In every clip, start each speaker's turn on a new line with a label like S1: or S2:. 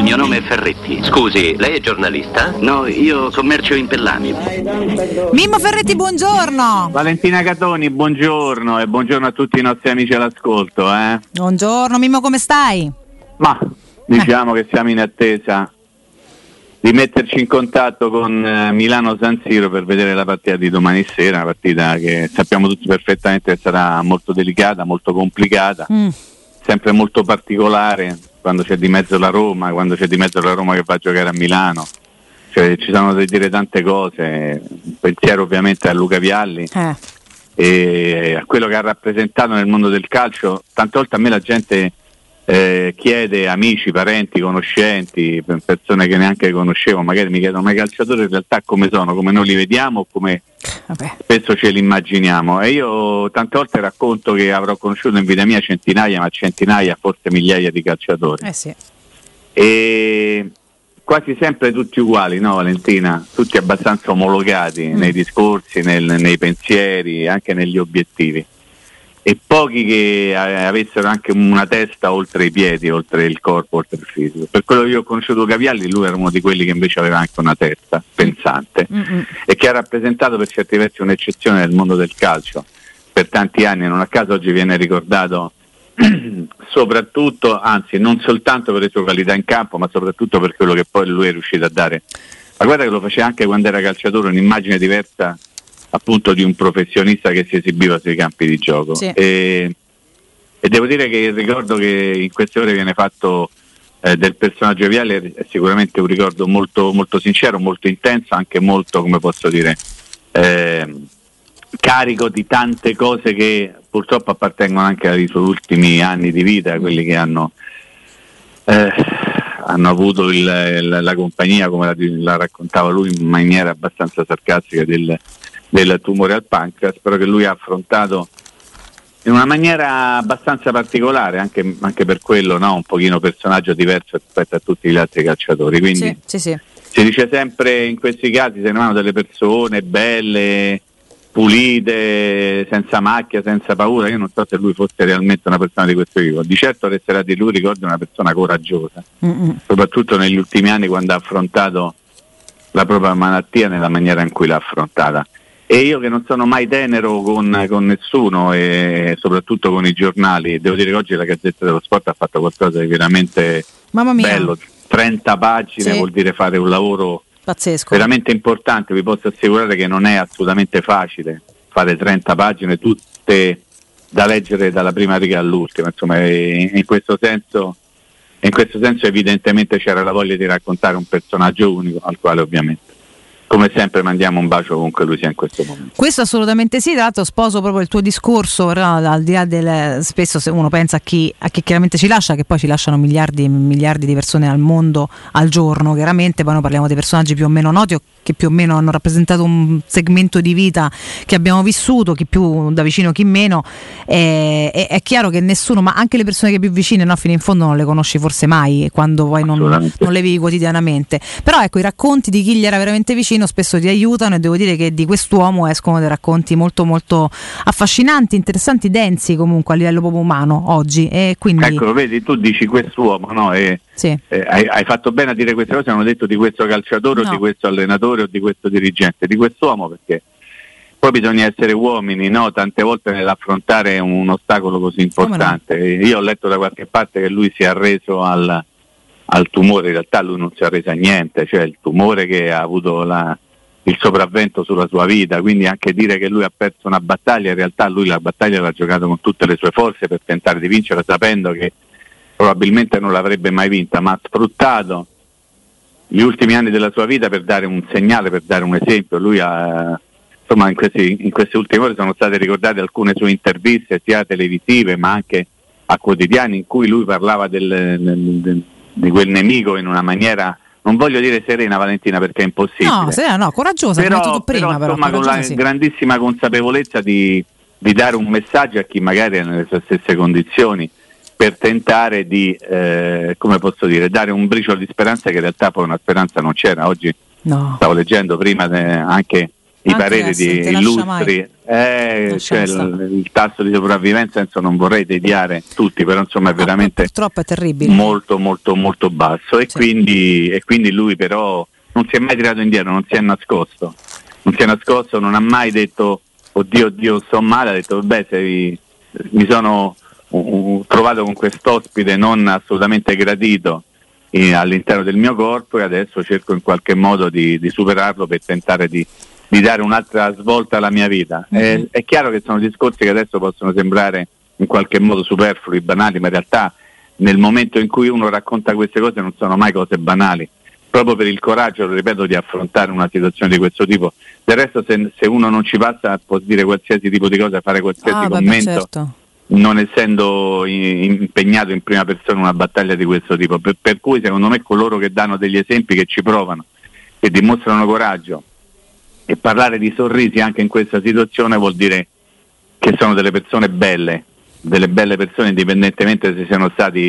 S1: mio nome è Ferretti.
S2: Scusi, lei è giornalista?
S1: No, io commercio in pellami.
S3: Mimmo Ferretti, buongiorno.
S4: Valentina Catoni, buongiorno, e buongiorno a tutti i nostri amici all'ascolto.
S3: Buongiorno Mimmo, come stai?
S4: Ma diciamo che siamo in attesa di metterci in contatto con Milano San Siro per vedere la partita di domani sera, una partita che sappiamo tutti perfettamente che sarà molto delicata, molto complicata, sempre molto particolare, quando c'è di mezzo la Roma, che va a giocare a Milano. Cioè, ci sono da dire tante cose, un pensiero ovviamente a Luca Vialli e a quello che ha rappresentato nel mondo del calcio. Tante volte a me la gente chiede, amici, parenti, conoscenti, persone che neanche conoscevo, magari mi chiedono: ma i calciatori in realtà come sono? Come noi li vediamo o come spesso ce li immaginiamo? E io tante volte racconto che avrò conosciuto in vita mia centinaia, forse migliaia di calciatori.
S3: Sì.
S4: E quasi sempre tutti uguali, no Valentina? Tutti abbastanza omologati nei discorsi, nei pensieri, anche negli obiettivi. E pochi che avessero anche una testa oltre i piedi, oltre il corpo, oltre il fisico. Per quello che io ho conosciuto Cavialli, lui era uno di quelli che invece aveva anche una testa pensante e che ha rappresentato per certi versi un'eccezione nel mondo del calcio per tanti anni. Non a caso oggi viene ricordato soprattutto, anzi non soltanto per le sue qualità in campo, ma soprattutto per quello che poi lui è riuscito a dare. Ma guarda che lo faceva anche quando era calciatore, un'immagine diversa appunto di un professionista che si esibiva sui campi di gioco.
S3: Sì.
S4: E devo dire che il ricordo che in queste ore viene fatto del personaggio Vialli è sicuramente un ricordo molto, molto sincero, molto intenso, anche molto, come posso dire, carico di tante cose che purtroppo appartengono anche ai suoi ultimi anni di vita, quelli che hanno avuto la compagnia, come la raccontava lui in maniera abbastanza sarcastica, del tumore al pancreas, però che lui ha affrontato in una maniera abbastanza particolare, anche per quello, no? Un pochino personaggio diverso rispetto a tutti gli altri calciatori. Quindi
S3: sì.
S4: si dice sempre in questi casi se ne vanno delle persone belle, pulite, senza macchia, senza paura. Io non so se lui fosse realmente una persona di questo tipo. Di certo resterà di lui ricordo una persona coraggiosa, soprattutto negli ultimi anni, quando ha affrontato la propria malattia nella maniera in cui l'ha affrontata. E io che non sono mai tenero con nessuno, e soprattutto con i giornali, devo dire che oggi la Gazzetta dello Sport ha fatto qualcosa di veramente bello. 30 pagine vuol dire fare un lavoro
S3: pazzesco,
S4: veramente importante. Vi posso assicurare che non è assolutamente facile fare 30 pagine tutte da leggere dalla prima riga all'ultima. Insomma, in questo senso evidentemente c'era la voglia di raccontare un personaggio unico, al quale ovviamente, come sempre, mandiamo un bacio ovunque lui sia in questo momento.
S3: Questo assolutamente sì. Tra l'altro sposo proprio il tuo discorso, però, al di là del, spesso se uno pensa a chi chiaramente ci lascia, che poi ci lasciano miliardi e miliardi di persone al mondo al giorno, chiaramente poi noi parliamo dei personaggi più o meno noti o che più o meno hanno rappresentato un segmento di vita che abbiamo vissuto, chi più da vicino chi meno. È chiaro che nessuno, ma anche le persone che più vicine, no, fino in fondo non le conosci forse mai, quando poi non le vivi quotidianamente. Però ecco, i racconti di chi gli era veramente vicino spesso ti aiutano, e devo dire che di quest'uomo escono dei racconti molto molto affascinanti, interessanti, densi comunque a livello proprio umano oggi. E quindi
S4: ecco, vedi, tu dici quest'uomo, no? Hai fatto bene a dire queste cose. Non ho detto di questo calciatore o di questo allenatore o di questo dirigente, di quest'uomo, perché poi bisogna essere uomini, no? Tante volte nell'affrontare un ostacolo così importante. Io ho letto da qualche parte che lui si è arreso al tumore. In realtà lui non si è arreso a niente, cioè il tumore che ha avuto il sopravvento sulla sua vita. Quindi anche dire che lui ha perso una battaglia, in realtà lui la battaglia l'ha giocato con tutte le sue forze per tentare di vincere, sapendo che probabilmente non l'avrebbe mai vinta, ma ha sfruttato gli ultimi anni della sua vita per dare un segnale, per dare un esempio. Lui insomma, in queste ultime ore sono state ricordate alcune sue interviste, sia televisive ma anche a quotidiani, in cui lui parlava di quel nemico in una maniera, non voglio dire serena, Valentina, perché è impossibile.
S3: No, coraggiosa,
S4: però,
S3: come tutto prima,
S4: però insomma, con la grandissima consapevolezza di dare un messaggio a chi magari è nelle sue stesse condizioni, per tentare di, come posso dire, dare un briciolo di speranza, che in realtà poi una speranza non c'era. Oggi stavo leggendo prima anche i pareri di illustri, cioè il tasso di sopravvivenza, non vorrei tediare tutti, però insomma è veramente
S3: purtroppo è terribile,
S4: molto molto molto basso, e quindi lui però non si è mai tirato indietro, non si è nascosto, non ha mai detto oddio sto male, ha detto vabbè, mi sono trovato con quest'ospite non assolutamente gradito all'interno del mio corpo, e adesso cerco in qualche modo di superarlo per tentare di dare un'altra svolta alla mia vita. È chiaro che sono discorsi che adesso possono sembrare in qualche modo superflui, banali, ma in realtà nel momento in cui uno racconta queste cose non sono mai cose banali, proprio per il coraggio, lo ripeto, di affrontare una situazione di questo tipo. Del resto se uno non ci passa può dire qualsiasi tipo di cosa, fare qualsiasi commento,
S3: certo,
S4: non essendo impegnato in prima persona una battaglia di questo tipo, per cui secondo me coloro che danno degli esempi, che ci provano, che dimostrano coraggio, e parlare di sorrisi anche in questa situazione vuol dire che sono delle persone belle, delle belle persone, indipendentemente se siano stati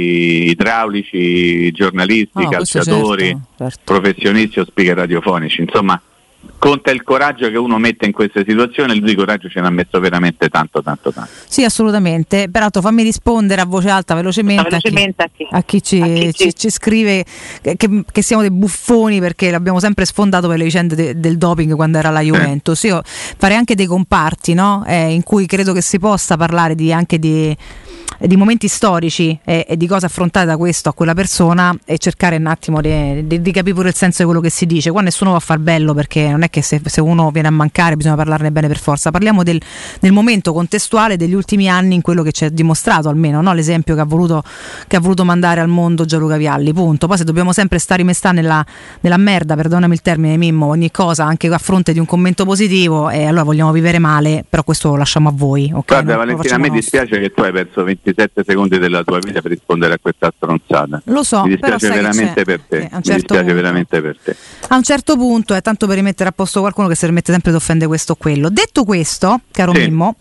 S4: idraulici, giornalisti, calciatori, certo, professionisti o speaker radiofonici. Insomma, conta il coraggio che uno mette in queste situazioni, e lui di coraggio ce n'ha messo veramente tanto.
S3: Sì, assolutamente. Peraltro fammi rispondere a voce alta velocemente a chi ci scrive che siamo dei buffoni perché l'abbiamo sempre sfondato per le vicende del doping quando era la Juventus. Io farei anche dei comparti, no? In cui credo che si possa parlare anche di momenti storici e di cose affrontate da questo a quella persona, e cercare un attimo di capire pure il senso di quello che si dice. Qua nessuno va a far bello, perché non è che se uno viene a mancare bisogna parlarne bene per forza. Parliamo del momento contestuale degli ultimi anni, in quello che ci è dimostrato, almeno, no? L'esempio che ha voluto mandare al mondo Gianluca Vialli, punto. Poi se dobbiamo sempre stare rimestare nella merda, perdonami il termine Mimmo, ogni cosa anche a fronte di un commento positivo, e allora vogliamo vivere male, però questo lo lasciamo a voi, okay?
S4: Guarda Valentina, a me dispiace che tu hai perso 27 secondi della tua vita per rispondere a questa stronzata.
S3: Lo so,
S4: mi dispiace veramente per te. Veramente per te.
S3: A un certo punto è tanto per rimettere a posto qualcuno che si permette sempre di offendere questo o quello. Detto questo, caro Mimmo,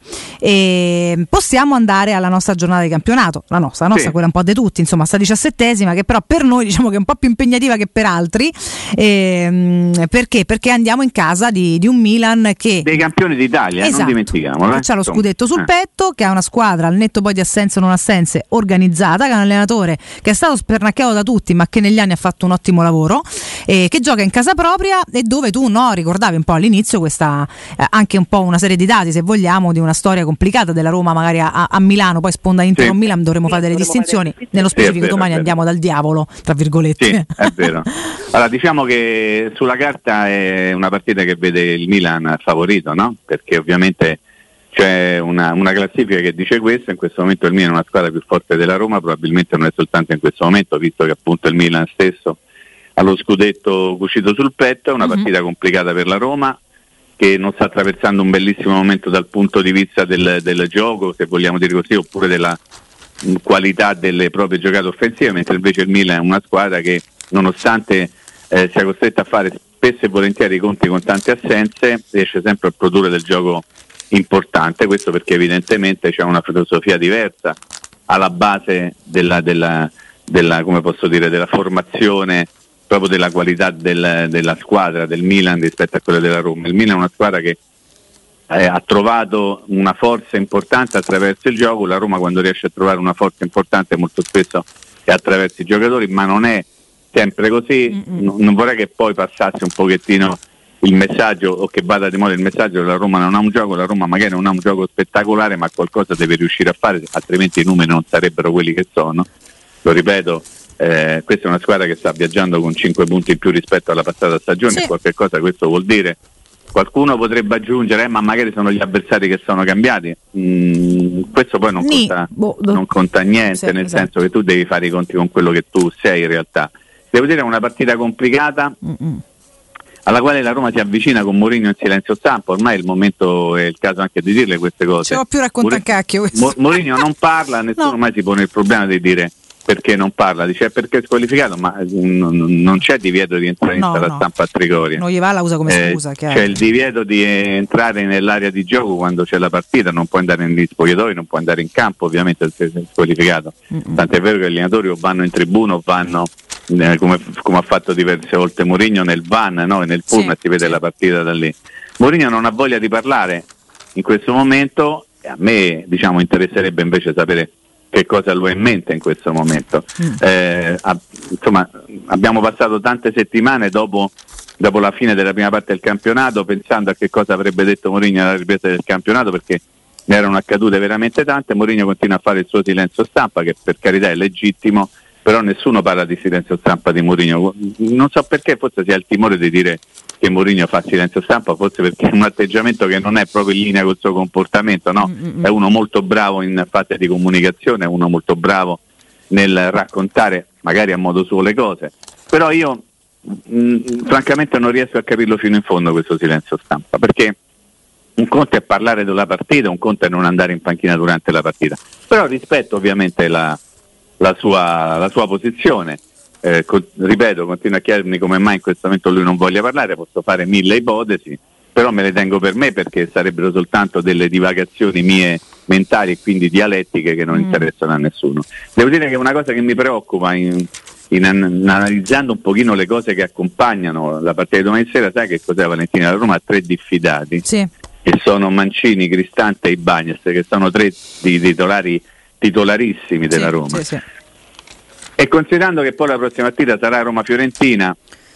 S3: possiamo andare alla nostra giornata di campionato, la nostra, quella un po' di tutti, insomma, sta 17ª, che però per noi diciamo che è un po' più impegnativa che per altri, perché andiamo in casa di un Milan che
S4: dei campioni d'Italia,
S3: esatto,
S4: non dimentichiamolo,
S3: che c'ha lo scudetto sul petto, che ha una squadra al netto poi di assenze o non assenze organizzata, che ha un allenatore che è stato spernacchiato da tutti ma che negli anni ha fatto un ottimo lavoro, che gioca in casa propria, e dove tu ricordavi un po' all'inizio questa anche un po' una serie di dati, se vogliamo, di una storia complicata della Roma magari a Milano, poi sponda Inter o Milan, dovremo fare delle distinzioni, nello specifico domani andiamo dal diavolo, tra virgolette.
S4: Sì, è vero. Allora, diciamo che sulla carta è una partita che vede il Milan favorito, no? Perché ovviamente c'è una classifica che dice questo. In questo momento il Milan è una squadra più forte della Roma, probabilmente non è soltanto in questo momento, visto che appunto il Milan stesso ha lo scudetto cucito sul petto. È una partita complicata per la Roma, che non sta attraversando un bellissimo momento dal punto di vista del gioco, se vogliamo dire così, oppure della qualità delle proprie giocate offensive, mentre invece il Milan è una squadra che, nonostante sia costretta a fare spesso e volentieri i conti con tante assenze, riesce sempre a produrre del gioco importante. Questo perché evidentemente c'è una filosofia diversa alla base della come posso dire, della formazione, proprio della qualità della squadra del Milan rispetto a quella della Roma. Il Milan è una squadra che ha trovato una forza importante attraverso il gioco. La Roma, quando riesce a trovare una forza importante, molto spesso è attraverso i giocatori, ma non è sempre così. Non vorrei che poi passasse un pochettino il messaggio, o che vada di moda il messaggio che la Roma non ha un gioco. La Roma magari non ha un gioco spettacolare, ma qualcosa deve riuscire a fare, altrimenti i numeri non sarebbero quelli che sono. Lo ripeto, questa è una squadra che sta viaggiando con 5 punti in più rispetto alla passata stagione, qualche cosa questo vuol dire. Qualcuno potrebbe aggiungere, ma magari sono gli avversari che sono cambiati. Questo poi non conta niente, nel senso che tu devi fare i conti con quello che tu sei in realtà. Devo dire, è una partita complicata, alla quale la Roma si avvicina con Mourinho in silenzio stampa. Ormai è il momento, è il caso anche di dirle queste cose.
S3: Non più racconta a cacchio.
S4: Mourinho non parla, nessuno mai si pone il problema di dire perché non parla, dice perché è squalificato, ma non c'è divieto di entrare in sala stampa a Trigoria.
S3: Non gli va, la usa come scusa.
S4: C'è il divieto di entrare nell'area di gioco quando c'è la partita, non può andare negli spogliatoi, non può andare in campo, ovviamente se è squalificato. Tant'è vero che gli allenatori o vanno in tribuna o vanno, come ha fatto diverse volte Mourinho, nel van, no? Nel pullman, si vede la partita da lì. Mourinho non ha voglia di parlare in questo momento, e a me interesserebbe invece sapere che cosa lo ha in mente in questo momento. Insomma, abbiamo passato tante settimane dopo la fine della prima parte del campionato pensando a che cosa avrebbe detto Mourinho alla ripresa del campionato, perché ne erano accadute veramente tante. Mourinho continua a fare il suo silenzio stampa, che per carità è legittimo, però nessuno parla di silenzio stampa di Mourinho. Non so perché, forse si ha il timore di dire che Mourinho fa silenzio stampa, forse perché è un atteggiamento che non è proprio in linea col suo comportamento, no? È uno molto bravo in fase di comunicazione, è uno molto bravo nel raccontare magari a modo suo le cose, però io francamente non riesco a capirlo fino in fondo questo silenzio stampa, perché un conto è parlare della partita, un conto è non andare in panchina durante la partita, però rispetto ovviamente la sua posizione. Ripeto, continuo a chiedermi come mai in questo momento lui non voglia parlare. Posso fare 1000 ipotesi, però me le tengo per me, perché sarebbero soltanto delle divagazioni mie mentali e quindi dialettiche che non interessano a nessuno. Devo dire che una cosa che mi preoccupa in analizzando un pochino le cose che accompagnano la partita di domani sera, sai che cos'è Valentina? La Roma ha 3 diffidati,
S3: sì,
S4: che sono Mancini, Cristante e Ibañez, che sono 3 titolarissimi della Roma.
S3: Sì, sì.
S4: E considerando che poi la prossima partita sarà Roma-Fiorentina,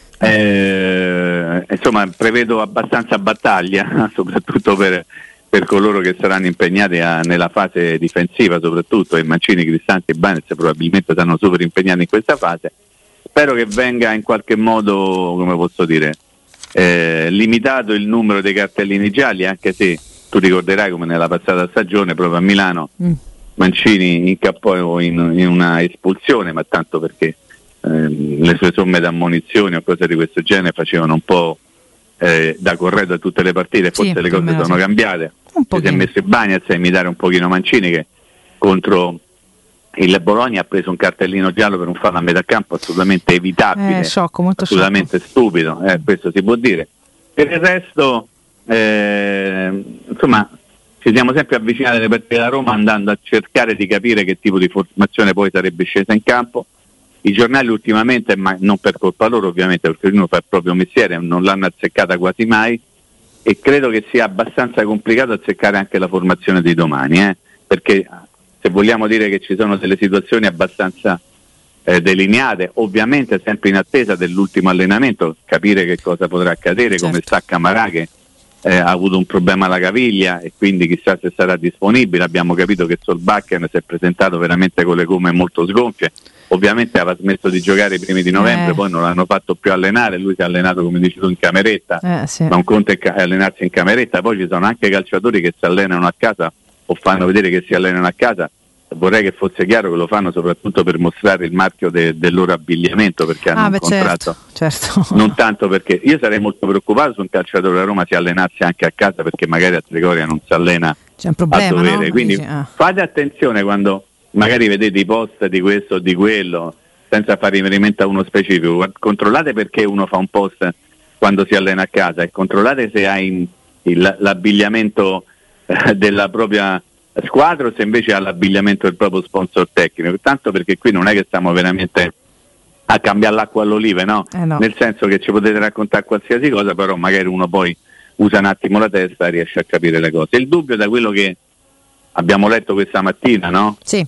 S4: insomma prevedo abbastanza battaglia, soprattutto per coloro che saranno impegnati nella fase difensiva, soprattutto, e Mancini, Cristante e Ibañez probabilmente saranno super impegnati in questa fase. Spero che venga in qualche modo, come posso dire, limitato il numero dei cartellini gialli, anche se tu ricorderai come nella passata stagione proprio a Milano Mancini incappò in una espulsione, ma tanto perché le sue somme d'ammonizioni o cose di questo genere facevano un po' da corredo a tutte le partite, forse le cose sono cambiate. Si è messo Ibañez a imitare un pochino Mancini, che contro il Bologna ha preso un cartellino giallo per un fallo a metà campo assolutamente evitabile,
S3: molto
S4: assolutamente stupido, questo si può dire. Per il resto insomma ci siamo sempre avvicinati alle partite della Roma andando a cercare di capire che tipo di formazione poi sarebbe scesa in campo. I giornali ultimamente, ma non per colpa loro ovviamente, perché ognuno fa il proprio mestiere, non l'hanno azzeccata quasi mai, e credo che sia abbastanza complicato azzeccare anche la formazione di domani, perché se vogliamo dire che ci sono delle situazioni abbastanza delineate, ovviamente sempre in attesa dell'ultimo allenamento, capire che cosa potrà accadere, come sta Camarà, che ha avuto un problema alla caviglia e quindi chissà se sarà disponibile. Abbiamo capito che Solbakken si è presentato veramente con le gomme molto sgonfie, ovviamente aveva smesso di giocare i primi di novembre, poi non l'hanno fatto più allenare, lui si è allenato come dici tu in cameretta, ma un conto è allenarsi in cameretta, poi ci sono anche calciatori che si allenano a casa o fanno vedere che si allenano a casa. Vorrei che fosse chiaro che lo fanno soprattutto per mostrare il marchio del loro abbigliamento, perché hanno un contratto,
S3: certo.
S4: Non tanto perché io sarei molto preoccupato se un calciatore della Roma si allenasse anche a casa, perché magari a Trigoria non si allena,
S3: c'è un problema,
S4: a dovere,
S3: no?
S4: Quindi fate attenzione quando magari vedete i post di questo o di quello senza fare riferimento a uno specifico, controllate perché uno fa un post quando si allena a casa e controllate se hai l'abbigliamento della propria squadra o se invece ha l'abbigliamento del proprio sponsor tecnico, tanto perché qui non è che stiamo veramente a cambiare l'acqua all'olive, no? Nel senso che ci potete raccontare qualsiasi cosa, però magari uno poi usa un attimo la testa e riesce a capire le cose. Il dubbio, da quello che abbiamo letto questa mattina, no?
S3: Sì.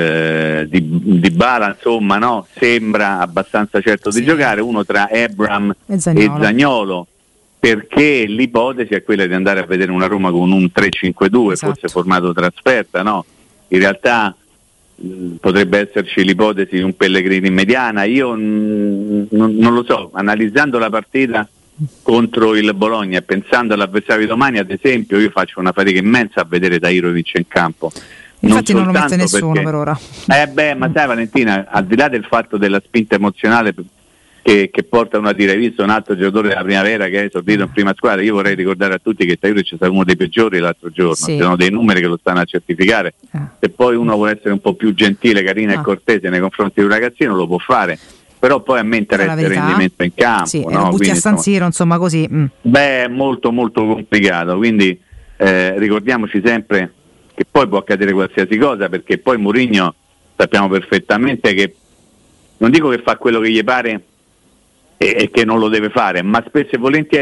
S4: Di Bala, insomma, no? Sembra abbastanza certo di giocare, uno tra Ebram e Zaniolo, perché l'ipotesi è quella di andare a vedere una Roma con un 3-5-2, forse formato trasferta, no? In realtà potrebbe esserci l'ipotesi di un Pellegrini in mediana. Io non lo so, analizzando la partita contro il Bologna e pensando all'avversario di domani, ad esempio, io faccio una fatica immensa a vedere Dairovic in campo.
S3: Infatti non lo mette nessuno per ora.
S4: Ma sai Valentina, al di là del fatto della spinta emozionale che porta una tira, hai visto un altro giocatore della primavera che è esordito in prima squadra, io vorrei ricordare a tutti che Dairovic è stato uno dei peggiori l'altro giorno, ci sono dei numeri che lo stanno a certificare. Se poi uno vuole essere un po' più gentile, carino e cortese nei confronti di un ragazzino lo può fare, però poi a me interessa il rendimento in campo,
S3: no? Butti a San Siro, insomma, così.
S4: È molto molto complicato, quindi ricordiamoci sempre che poi può accadere qualsiasi cosa, perché poi Mourinho sappiamo perfettamente che non dico che fa quello che gli pare e che non lo deve fare, ma spesso e volentieri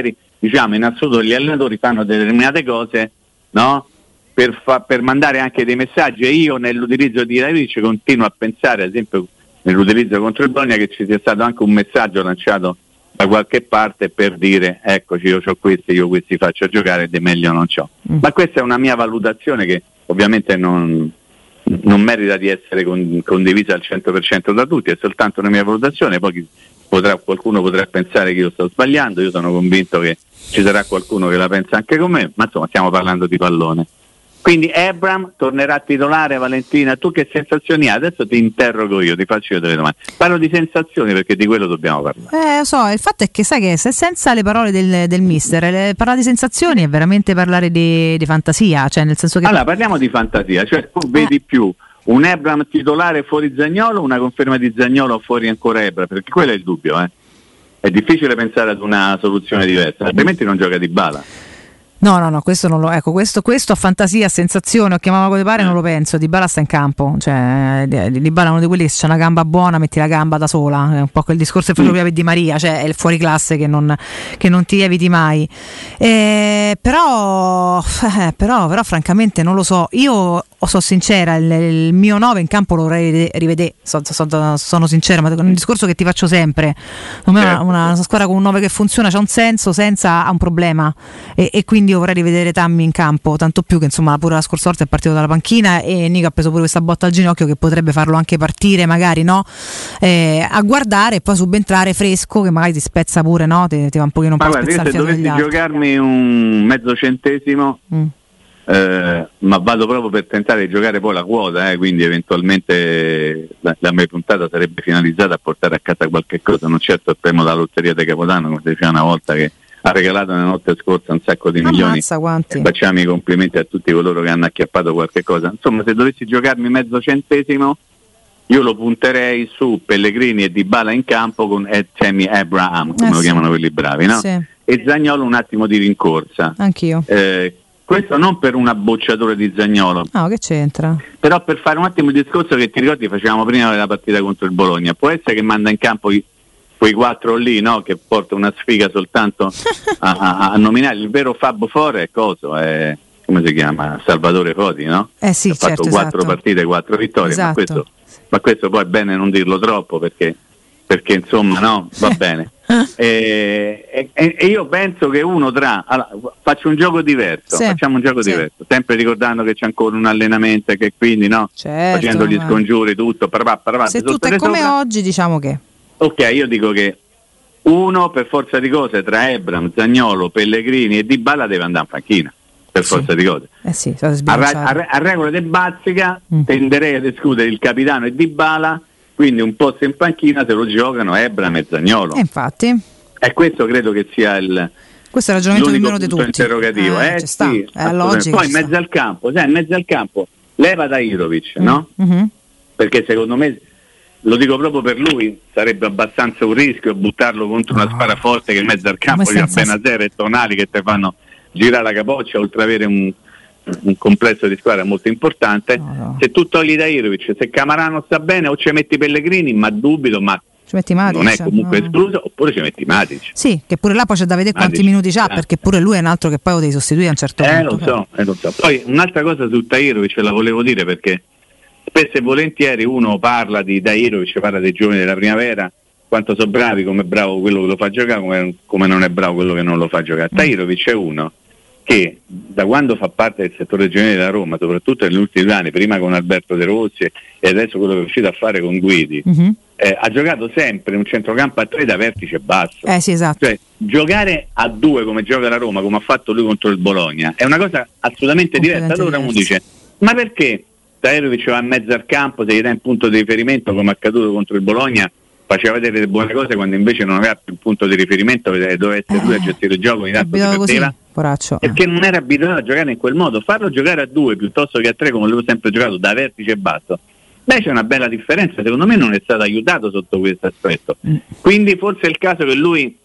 S4: diciamo in assoluto gli allenatori fanno determinate cose, no? Per mandare anche dei messaggi, e io nell'utilizzo di Davic continuo a pensare, ad esempio nell'utilizzo contro il Bologna, che ci sia stato anche un messaggio lanciato da qualche parte per dire eccoci, io questi faccio giocare, ed è meglio non c'ho. Ma questa è una mia valutazione che ovviamente non merita di essere condivisa al 100% da tutti, è soltanto una mia valutazione. Poi qualcuno potrà pensare che io sto sbagliando, io sono convinto che ci sarà qualcuno che la pensa anche con me, ma insomma stiamo parlando di pallone. Quindi Ebram tornerà titolare. Valentina, tu che sensazioni hai? Adesso ti interrogo io, ti faccio io delle domande. Parlo di sensazioni perché di quello dobbiamo parlare.
S3: Lo so, il fatto è che sai che se senza le parole del mister, parlare di sensazioni è veramente parlare di fantasia, cioè nel senso che...
S4: Allora parliamo di fantasia, cioè tu vedi più un Ebram titolare fuori Zaniolo, una conferma di Zaniolo fuori ancora Ebram, perché quello è il dubbio, È difficile pensare ad una soluzione diversa, altrimenti non gioca Dybala.
S3: No, questo non lo. Ecco, questo a fantasia, a sensazione, o chiamava come pare, non lo penso. Dybala sta in campo, cioè Dybala è uno di quelli che se c'è una gamba buona metti la gamba da sola, è un po' quel discorso che facevo prima per Di Maria, cioè è il fuori classe che non ti eviti mai. Però francamente non lo so, io sono sincera, il mio 9 in campo lo vorrei rivedere, sono sincera, ma è un discorso che ti faccio sempre. Una squadra con un 9 che funziona c'ha un senso, senza ha un problema, e quindi io vorrei rivedere Tammy in campo, tanto più che insomma pure la scorsa volta è partito dalla panchina e Nico ha preso pure questa botta al ginocchio che potrebbe farlo anche partire magari, no? A guardare e poi subentrare fresco, che magari ti spezza pure, no? Ti va un pochino
S4: a spezzare. Se dovessi giocarmi un mezzo centesimo, ma vado proprio per tentare di giocare poi la quota, quindi eventualmente la mia puntata sarebbe finalizzata a portare a casa qualche cosa, non certo il premio della lotteria di Capodanno, come si diceva una volta, che ha regalato nella notte scorsa un sacco di milioni. Facciamo i complimenti a tutti coloro che hanno acchiappato qualche cosa. Insomma, se dovessi giocarmi mezzo centesimo, io lo punterei su Pellegrini e Dybala in campo con Tammy Abraham, come lo chiamano quelli bravi, no?
S3: Sì.
S4: E Zaniolo un attimo di rincorsa.
S3: Anch'io.
S4: Questo non per una bocciatura di Zaniolo.
S3: No, che c'entra?
S4: Però per fare un attimo il discorso che ti ricordi facevamo prima della partita contro il Bologna. Può essere che manda in campo quei 4 lì, no? Che porta una sfiga soltanto a nominare. Il vero Fab Fore è coso, come si chiama? Salvatore Foti, no?
S3: Sì,
S4: ha fatto 4 partite, 4 vittorie,
S3: esatto.
S4: ma questo poi è bene non dirlo troppo perché insomma no, va bene. E io penso che faccio un gioco diverso, facciamo un gioco diverso, sempre ricordando che c'è ancora un allenamento e che quindi no, facendo gli scongiuri tutto,
S3: se tutto è come oggi, diciamo che
S4: ok, io dico che uno per forza di cose tra Ebram, Zaniolo, Pellegrini e Dybala deve andare in panchina per forza di cose. A regola del Bazzica tenderei ad escludere il capitano e Dybala, quindi un posto in panchina se lo giocano Ebram e Zaniolo.
S3: Infatti.
S4: E questo credo che sia
S3: questo è il ragionamento di meno di tutti.
S4: Interrogativo.
S3: Sì, logico.
S4: Poi in mezzo al campo, leva Dairovic, no?
S3: Mm-hmm.
S4: Perché secondo me, lo dico proprio per lui, sarebbe abbastanza un rischio buttarlo contro una squadra forte che in mezzo al campo gli ha Benazir e Tonali che ti fanno girare la capoccia, oltre ad avere un complesso di squadra molto importante. Se tu togli Dairovic, se Camarano sta bene, o ci metti Pellegrini, ma dubito, ma
S3: ci metti Matic,
S4: non è comunque escluso, oppure ci metti Matic.
S3: Sì, che pure là poi c'è da vedere quanti minuti c'ha, perché pure lui è un altro che poi lo devi sostituire a un certo punto.
S4: Lo so. Poi un'altra cosa su Dairovic la volevo dire, perché spesso e volentieri uno parla di Dairovic, parla dei giovani della primavera, quanto sono bravi, come è bravo quello che lo fa giocare, come non è bravo quello che non lo fa giocare. Dairovic è uno che da quando fa parte del settore giovanile della Roma, soprattutto negli ultimi anni, prima con Alberto De Rossi e adesso quello che è riuscito a fare con Guidi, ha giocato sempre in un centrocampo a 3 da vertice basso.
S3: Sì, esatto.
S4: Cioè, giocare a 2 come gioca la Roma, come ha fatto lui contro il Bologna, è una cosa assolutamente diversa. Allora uno dice, ma perché Dairovic va in mezzo al campo, se gli dà un punto di riferimento come è accaduto contro il Bologna, faceva vedere le buone cose quando invece non aveva più un punto di riferimento, doveva essere lui a gestire il gioco, ogni tanto si perdeva, perché non era abituato a giocare in quel modo. Farlo giocare a 2 piuttosto che a 3 come lui ha sempre giocato da vertice basso, c'è una bella differenza. Secondo me non è stato aiutato sotto questo aspetto, quindi forse è il caso che lui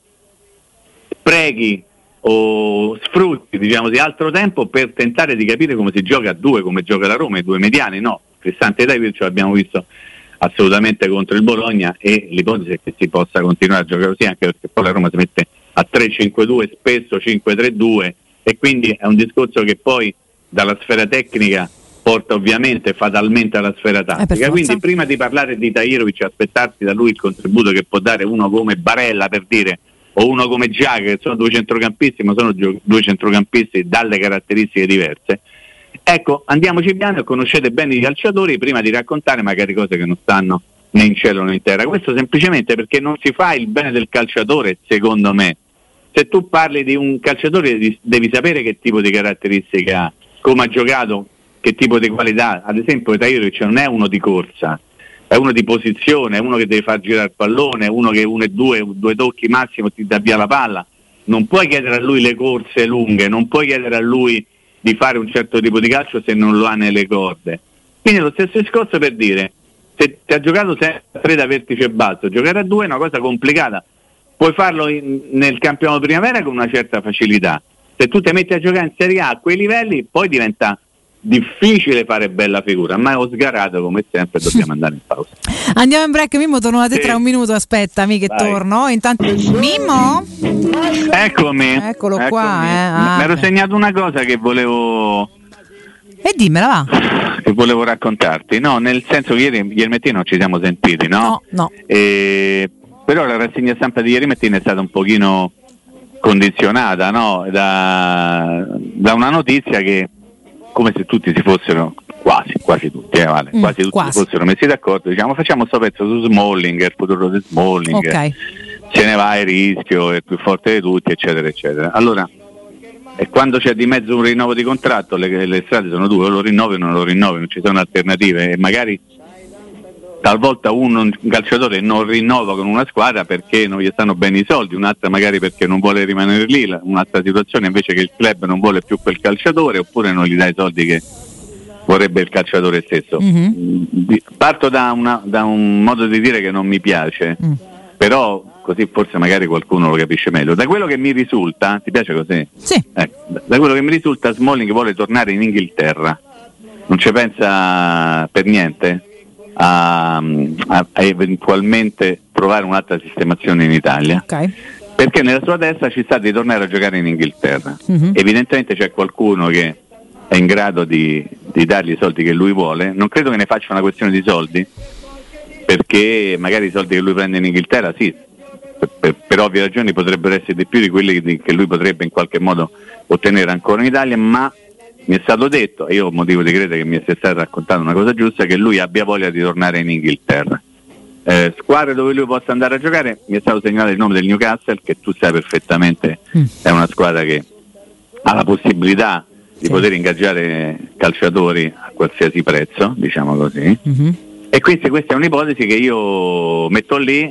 S4: preghi o sfrutti, diciamo, di altro tempo per tentare di capire come si gioca a 2, come gioca la Roma, i 2 mediani. No, Cristante e David ce l'abbiamo visto assolutamente contro il Bologna, e l'ipotesi è che si possa continuare a giocare così, anche perché poi la Roma si mette a 3-5-2, spesso 5-3-2, e quindi è un discorso che poi dalla sfera tecnica porta ovviamente fatalmente alla sfera tattica. Quindi prima di parlare di Tahirovic, aspettarsi da lui il contributo che può dare uno come Barella, per dire, o uno come Giaga, che sono due centrocampisti, ma sono due centrocampisti dalle caratteristiche diverse. Ecco, andiamoci piano, conoscete bene i calciatori prima di raccontare magari cose che non stanno né in cielo né in terra. Questo semplicemente perché non si fa il bene del calciatore, secondo me. Se tu parli di un calciatore devi sapere che tipo di caratteristiche ha, come ha giocato, che tipo di qualità. Ad esempio Tahirovic non è uno di corsa, è uno di posizione, è uno che deve far girare il pallone, è uno che due tocchi massimo ti dà via la palla. Non puoi chiedere a lui le corse lunghe, non puoi chiedere a lui di fare un certo tipo di calcio se non lo ha nelle corde. Quindi lo stesso discorso per dire, se ti ha giocato sempre da vertice basso, giocare a 2 è una cosa complicata. Puoi farlo nel campionato primavera con una certa facilità. Se tu ti metti a giocare in Serie A a quei livelli, poi diventa difficile fare bella figura, ma ho sgarato come sempre, dobbiamo andare in pausa.
S3: Andiamo in break, Mimmo, torno da te tra un minuto, aspettami che torno. Intanto Mimmo?
S4: Eccomi.
S3: Eccolo qua.
S4: Mi ero segnato una cosa che volevo...
S3: E dimmela, va.
S4: Che volevo raccontarti, no, nel senso che ieri mattina non ci siamo sentiti, no?
S3: No.
S4: Però la rassegna stampa di ieri mattina è stata un pochino condizionata, no? Da una notizia che, come se tutti si fossero, quasi tutti, quasi tutti si fossero messi d'accordo, diciamo facciamo sto pezzo su Smalling, il futuro di Smalling,
S3: okay.
S4: Se ne va, il rischio, è il più forte di tutti, eccetera, eccetera. Allora, e quando c'è di mezzo un rinnovo di contratto, le strade sono due, o lo rinnovi o non lo rinnovi, non ci sono alternative, e magari talvolta un calciatore non rinnova con una squadra perché non gli stanno bene i soldi, un'altra magari perché non vuole rimanere lì, un'altra situazione invece che il club non vuole più quel calciatore, oppure non gli dà i soldi che vorrebbe il calciatore stesso. Parto da un modo di dire che non mi piace, però così forse magari qualcuno lo capisce meglio. Da quello che mi risulta, ti piace così?
S3: Sì.
S4: Da quello che mi risulta, Smalling vuole tornare in Inghilterra, non ci pensa per niente a eventualmente provare un'altra sistemazione in Italia, perché nella sua testa ci sta di tornare a giocare in Inghilterra. Evidentemente c'è qualcuno che è in grado di dargli i soldi che lui vuole. Non credo che ne faccia una questione di soldi, perché magari i soldi che lui prende in Inghilterra sì, per ovvie ragioni potrebbero essere di più di quelli che lui potrebbe in qualche modo ottenere ancora in Italia, ma mi è stato detto, e io ho motivo di credere che mi sia stato raccontato una cosa giusta, che lui abbia voglia di tornare in Inghilterra. Squadre dove lui possa andare a giocare, mi è stato segnalato il nome del Newcastle, che tu sai perfettamente è una squadra che ha la possibilità di poter ingaggiare calciatori a qualsiasi prezzo, diciamo così. E quindi questa è un'ipotesi che io metto lì,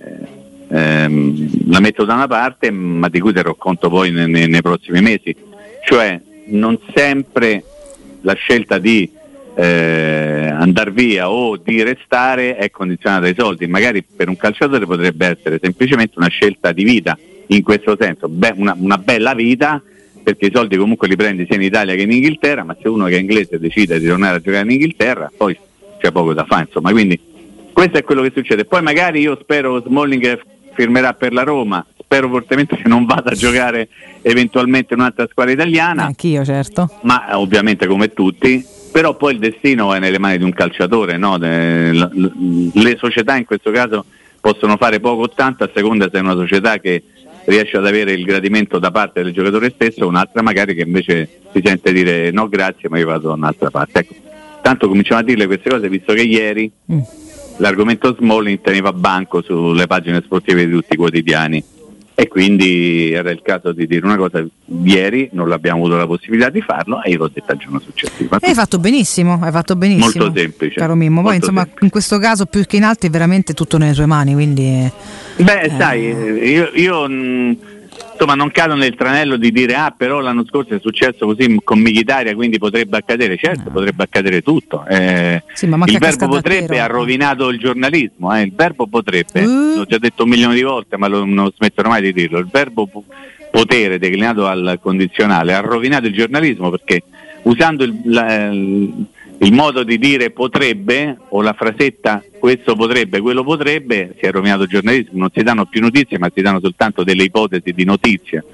S4: la metto da una parte, ma di cui terrò conto poi nei prossimi mesi. Cioè, non sempre la scelta di andare via o di restare è condizionata dai soldi. Magari per un calciatore potrebbe essere semplicemente una scelta di vita, in questo senso, una bella vita, perché i soldi comunque li prendi sia in Italia che in Inghilterra, ma se uno che è inglese decide di tornare a giocare in Inghilterra, poi c'è poco da fare, insomma. Quindi questo è quello che succede. Poi magari io spero Smalling firmerà per la Roma, spero fortemente che non vada a giocare eventualmente in un'altra squadra italiana.
S3: Anch'io, certo.
S4: Ma ovviamente come tutti, però poi il destino è nelle mani di un calciatore, no? Le società in questo caso possono fare poco o tanto a seconda se è una società che riesce ad avere il gradimento da parte del giocatore stesso, un'altra magari che invece si sente dire no grazie, ma io vado da un'altra parte. Ecco, tanto cominciamo a dirle queste cose visto che ieri l'argomento Smalling teneva banco sulle pagine sportive di tutti i quotidiani, e quindi era il caso di dire una cosa. Ieri non abbiamo avuto la possibilità di farlo e io l'ho detto il giorno successivo.
S3: Hai fatto benissimo.
S4: Molto semplice,
S3: caro Mimmo. Poi insomma semplice. In questo caso più che in altri è veramente tutto nelle tue mani, quindi
S4: sai, io insomma non cado nel tranello di dire però l'anno scorso è successo così con Mkhitaryan, quindi potrebbe accadere. Certo, potrebbe accadere tutto.
S3: Sì, ma
S4: il verbo potrebbe ha rovinato il giornalismo, il verbo potrebbe, l'ho già detto un milione di volte, ma non smetterò mai di dirlo. Il verbo potere declinato al condizionale ha rovinato il giornalismo, perché usando il il modo di dire potrebbe, o la frasetta questo potrebbe, quello potrebbe, si è rovinato il giornalismo, non si danno più notizie ma si danno soltanto delle ipotesi di notizie,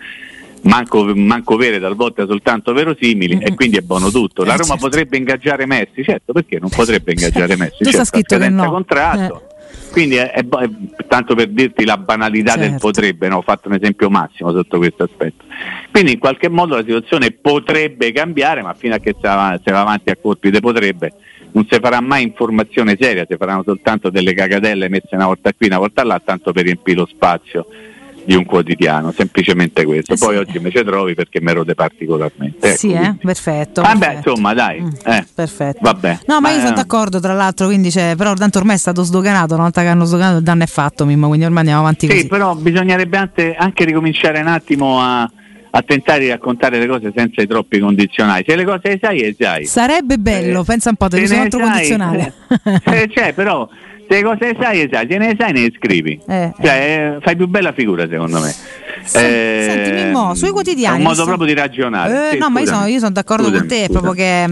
S4: manco vere, talvolta soltanto verosimili, e quindi è buono tutto. La Roma
S3: certo.
S4: potrebbe ingaggiare Messi, certo, perché non potrebbe ingaggiare Messi?
S3: Tu sta scritto che no.
S4: Contratto. Quindi è tanto per dirti la banalità del potrebbe, no? Ho fatto un esempio massimo sotto questo aspetto. Quindi in qualche modo la situazione potrebbe cambiare, ma fino a che si va avanti a colpi di potrebbe non si farà mai informazione seria, si faranno soltanto delle cagatelle messe una volta qui, una volta là, tanto per riempire lo spazio di un quotidiano, semplicemente questo. Poi oggi mi ci trovi perché mi erode particolarmente.
S3: Sì, perfetto.
S4: Vabbè, insomma, dai.
S3: Perfetto.
S4: Vabbè.
S3: No, ma io sono d'accordo, tra l'altro, quindi però tanto ormai è stato sdoganato, una volta che hanno sdoganato il danno è fatto, Mimmo, quindi ormai andiamo avanti così.
S4: Sì, però bisognerebbe anche ricominciare un attimo a tentare di raccontare le cose senza i troppi condizionali. Se le cose le sai.
S3: Sarebbe bello, pensa un po', te ne sono altro condizionale.
S4: Però se le cose sai, se ne sai ne scrivi. Fai più bella figura, secondo me.
S3: Senti Mimmo, sui quotidiani.
S4: È un modo proprio di ragionare.
S3: No, ma io sono d'accordo con te, proprio che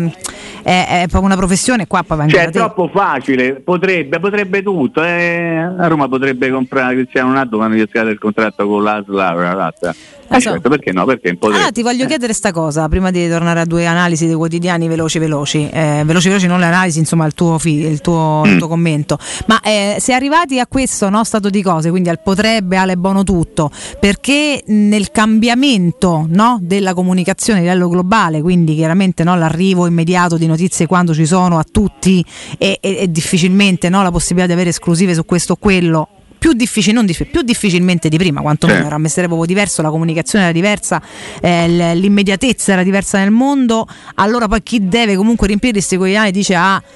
S3: è proprio una professione qua. Poi
S4: è troppo facile, potrebbe tutto. A Roma potrebbe comprare Cristiano Ronaldo quando gli scade il contratto con l'Asla. Certo, perché no? Perché
S3: ti voglio chiedere sta cosa prima di tornare a due analisi dei quotidiani veloci, non le analisi, insomma il tuo commento. Ma se arrivati a questo stato di cose, quindi al potrebbe, alle buono tutto, perché nel cambiamento della comunicazione a livello globale, quindi chiaramente l'arrivo immediato di notizie quando ci sono a tutti e difficilmente la possibilità di avere esclusive su questo o quello, più difficilmente di prima, quantomeno era un mestiere proprio diverso, la comunicazione era diversa, l'immediatezza era diversa nel mondo. Allora poi chi deve comunque riempire questi quotidiani dice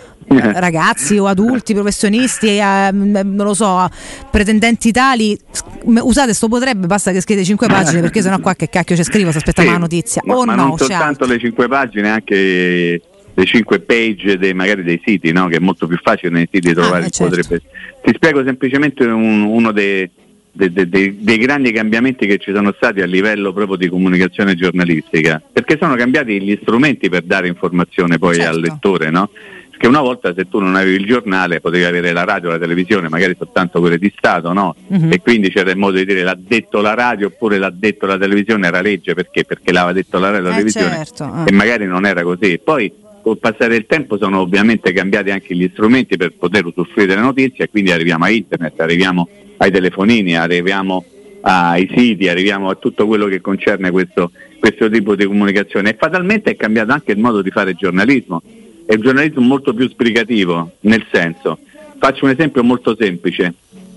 S3: ragazzi o adulti, professionisti, non lo so, pretendenti tali, usate sto potrebbe, basta che scrivete 5 pagine perché sennò qua che cacchio ci scrivo, si aspetta la notizia
S4: ma non soltanto le 5 pagine, anche le 5 page magari dei siti, che è molto più facile nei siti trovare potrebbe. Ti spiego semplicemente uno dei grandi cambiamenti che ci sono stati a livello proprio di comunicazione giornalistica, perché sono cambiati gli strumenti per dare informazione poi al lettore, Perché una volta, se tu non avevi il giornale, potevi avere la radio, la televisione, magari soltanto quelle di Stato, E quindi c'era il modo di dire l'ha detto la radio oppure l'ha detto la televisione, era legge, perché l'aveva detto la radio, la televisione, e magari non era così. Poi col passare del tempo sono ovviamente cambiati anche gli strumenti per poter usufruire delle notizie, e quindi arriviamo a internet, arriviamo ai telefonini, arriviamo ai siti, arriviamo a tutto quello che concerne questo tipo di comunicazione, e fatalmente è cambiato anche il modo di fare giornalismo. È un giornalismo molto più sbrigativo, nel senso, faccio un esempio molto semplice,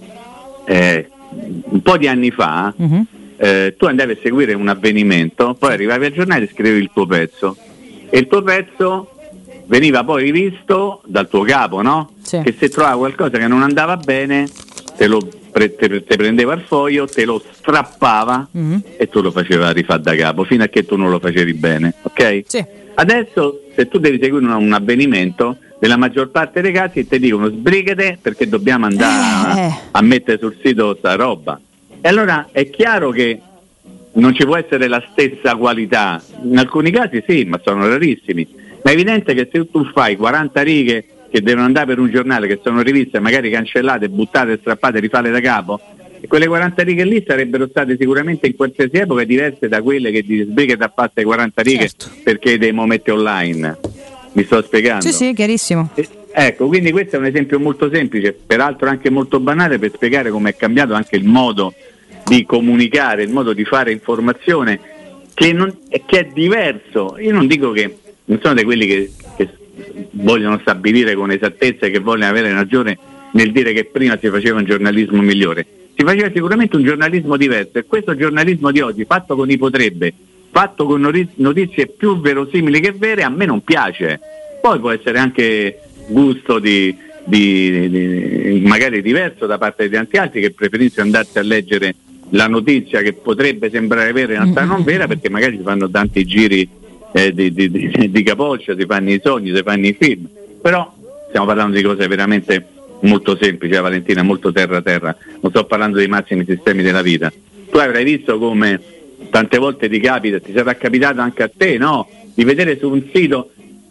S4: un po' di anni fa tu andavi a seguire un avvenimento, poi arrivavi al giornale e scrivevi il tuo pezzo, e il tuo pezzo veniva poi rivisto dal tuo capo, che se trovava qualcosa che non andava bene te prendeva il foglio, te lo strappava e tu lo faceva rifare da capo fino a che tu non lo facevi bene, ok? Sì. Adesso se tu devi seguire un avvenimento, nella maggior parte dei casi ti dicono sbrigate perché dobbiamo andare a mettere sul sito sta roba, e allora è chiaro che non ci può essere la stessa qualità. In alcuni casi sì, ma sono rarissimi, ma è evidente che se tu fai 40 righe che devono andare per un giornale, che sono riviste magari cancellate, buttate, strappate, rifare da capo, e quelle 40 righe lì sarebbero state sicuramente in qualsiasi epoca diverse da quelle che ti sbrigate a fare 40 righe perché devo mettere online. Mi sto spiegando?
S3: Sì, chiarissimo.
S4: Ecco, quindi questo è un esempio molto semplice, peraltro anche molto banale, per spiegare come è cambiato anche il modo di comunicare, il modo di fare informazione, che è diverso. Io non dico che non sono di quelli che vogliono stabilire con esattezza e che vogliono avere ragione nel dire che prima si faceva un giornalismo migliore. Si faceva sicuramente un giornalismo diverso, e questo giornalismo di oggi, fatto con i potrebbe, fatto con notizie più verosimili che vere, a me non piace. Poi può essere anche gusto di magari diverso da parte di tanti altri, che preferiscono andarsi a leggere la notizia che potrebbe sembrare vera in realtà non vera, perché magari si fanno tanti giri di capoccia, si fanno i sogni, si fanno i film. Però stiamo parlando di cose veramente molto semplici, Valentina, molto terra, non sto parlando dei massimi sistemi della vita. Tu avrai visto come tante volte ti sarà capitato anche a te, di vedere su un sito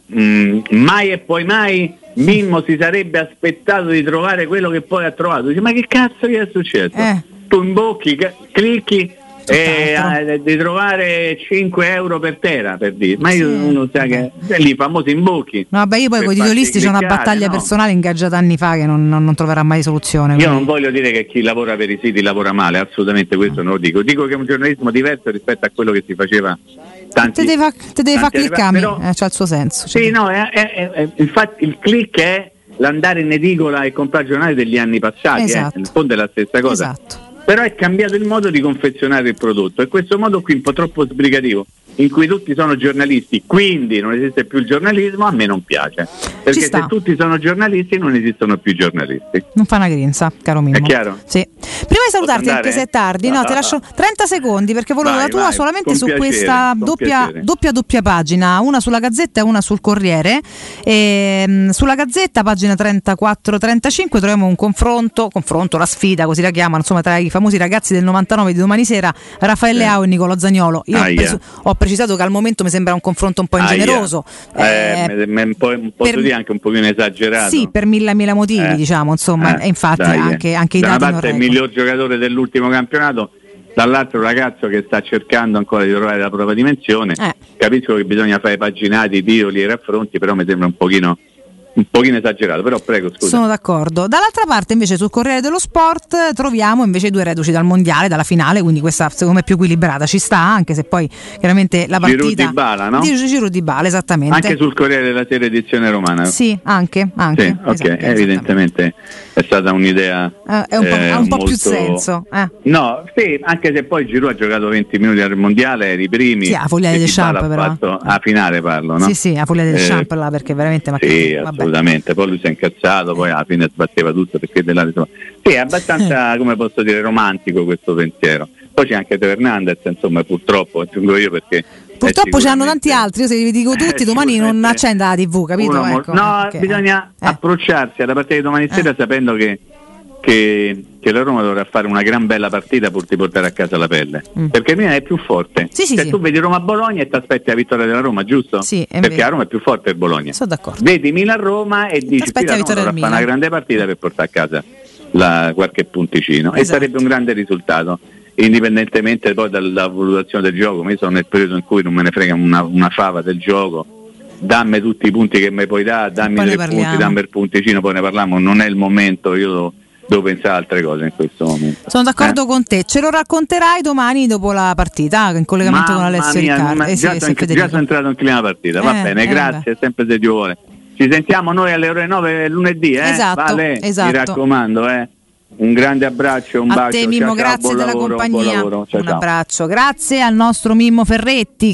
S4: mai e poi mai Mimmo si sarebbe aspettato di trovare quello che poi ha trovato. Dice, ma che cazzo gli è successo? Tu imbocchi, clicchi e di trovare 5 euro per tera, per dire. Ma io uno sa che lì i famosi imbocchi.
S3: No, vabbè, io poi con i titolisti c'è una battaglia personale ingaggiata anni fa che non troverà mai soluzione.
S4: Io non voglio dire che chi lavora per i siti lavora male, assolutamente questo non lo dico. Dico che è un giornalismo diverso rispetto a quello che si faceva
S3: te devi far cliccare, c'ha il suo senso.
S4: Sì, no, infatti il click è l'andare in edicola e comprare giornali degli anni passati, in fondo è la stessa cosa.
S3: Esatto.
S4: Però è cambiato il modo di confezionare il prodotto e questo modo qui un po' troppo sbrigativo, in cui tutti sono giornalisti, quindi non esiste più il giornalismo, a me non piace, perché se tutti sono giornalisti non esistono più giornalisti.
S3: Non fa una grinza, caro Mimmo.
S4: È chiaro?
S3: Sì. Prima di salutarti, anche se è tardi, no, ti lascio 30 secondi perché volevo la tua solamente su questa doppia pagina, una sulla Gazzetta e una sul Corriere. Sulla Gazzetta, pagina 34-35, troviamo un confronto, la sfida, così la chiamano, insomma, tra i famosi ragazzi del 99 di Domani Sera, Raffaele Leao e Nicolò Zaniolo. Io ho precisato che al momento mi sembra un confronto un po' ingeneroso.
S4: Posso dire anche un pochino esagerato.
S3: Sì, per mille motivi, diciamo, insomma, e infatti anche i dati
S4: da una parte è il miglior giocatore dell'ultimo campionato, dall'altro ragazzo che sta cercando ancora di trovare la propria dimensione. Capisco che bisogna fare paginati, titoli e raffronti, però mi sembra un pochino esagerato, però prego, scusa.
S3: Sono d'accordo. Dall'altra parte invece sul Corriere dello Sport troviamo invece 2 reduci dal mondiale, dalla finale, quindi questa secondo me è più equilibrata, ci sta, anche se poi chiaramente la partita
S4: Giroud Dybala, no?
S3: Giroud Dybala, esattamente.
S4: Anche sul Corriere della Sera edizione romana.
S3: Sì, anche.
S4: Sì, ok, evidentemente è stata un'idea
S3: ha un po' più senso.
S4: No, sì, anche se poi Giroud ha giocato 20 minuti al mondiale, eri i primi.
S3: Sì, a Foglia del Champ però.
S4: A finale parlo, no?
S3: Sì, a Foglia del Champ là, perché veramente
S4: assolutamente, poi lui si è incazzato, poi alla fine sbatteva tutto perché sì, è abbastanza come posso dire romantico questo pensiero. Poi c'è anche Teo Hernandez, insomma, purtroppo aggiungo io, perché
S3: purtroppo c'hanno tanti altri, io se li dico tutti domani non accenda la TV, capito?
S4: Bisogna approcciarsi alla partita di domani sera sapendo che la Roma dovrà fare una gran bella partita pur di portare a casa la pelle, perché il Milan è più forte. Tu vedi Roma-Bologna e ti aspetti la vittoria della Roma, giusto?
S3: Sì,
S4: perché la Roma è più forte del Bologna.
S3: Sono d'accordo.
S4: Vedi Milan-Roma e dici che la Roma dovrà fare una grande partita per portare a casa qualche punticino, e sarebbe un grande risultato, indipendentemente poi dalla valutazione del gioco. Io sono nel periodo in cui non me ne frega una fava del gioco, dammi tutti i punti che mi puoi dare, dammi 3 punti, dammi il punticino, poi ne parliamo, non è il momento, io devo pensare a altre cose in questo momento.
S3: Sono d'accordo con te, ce lo racconterai domani dopo la partita in collegamento con Alessio Riccardi.
S4: Già sono entrato in clima partita, va bene, grazie, sempre se Dio vuole. Ci sentiamo noi alle ore 9 lunedì,
S3: esatto.
S4: Mi raccomando, un grande abbraccio, un bacio.
S3: A te Mimmo,
S4: ciao,
S3: grazie
S4: buon
S3: della
S4: lavoro,
S3: compagnia.
S4: Buon lavoro. Ciao,
S3: un abbraccio, grazie al nostro Mimmo Ferretti.